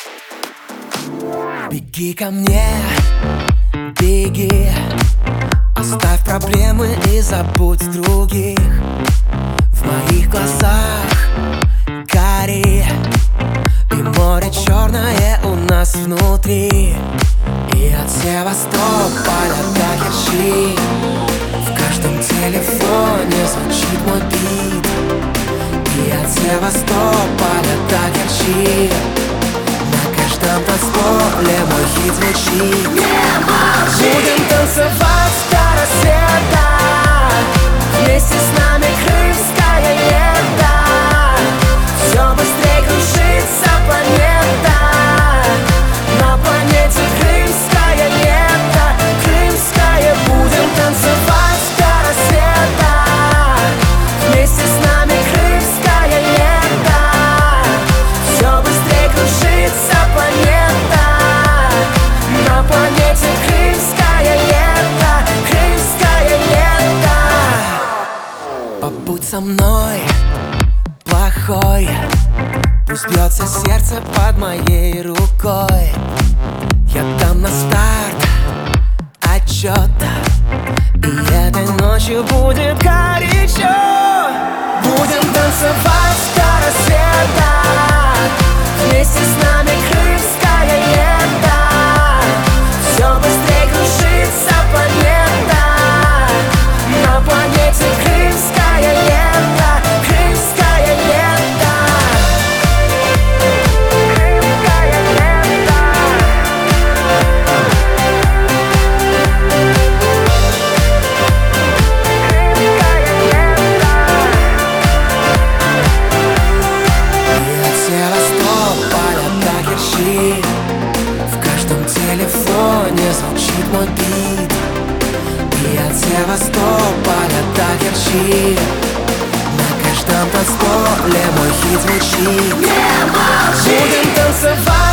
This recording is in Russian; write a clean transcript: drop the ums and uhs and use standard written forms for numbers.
Беги ко мне, беги, оставь проблемы и забудь других. В моих глазах гори, и море черное у нас внутри. И от Севастополя до Керчи в каждом телефоне звучит мой бит. И от Севастополя до Керчи на каждом танцполе мой хит звучит. Не молчи! Будем танцевать до рассвета, вместе с нами крымское лето. Все быстрее кружится планета, на планете крымское лето. Крымское, будем танцевать до рассвета, вместе с нами крымское лето. Все быстрее кружится планета, на планете крымское лето. Крымское лето. Побудь со мной, плохой, пусть бьется сердце под моей рукой. Я дам на старт отчет, и этой ночью будет горячо. Будем танцевать до рассвета, вместе с нами крымское лето. Все быстрее кружится планета, на планете крымское лето. Крымское лето. Крымское лето. И от Севастополя до Керчи в каждом телефоне звучит мой бит. И от Севастополя до Керчи на каждом танцполе мой хит звучит. Не молчи! Будем танцевать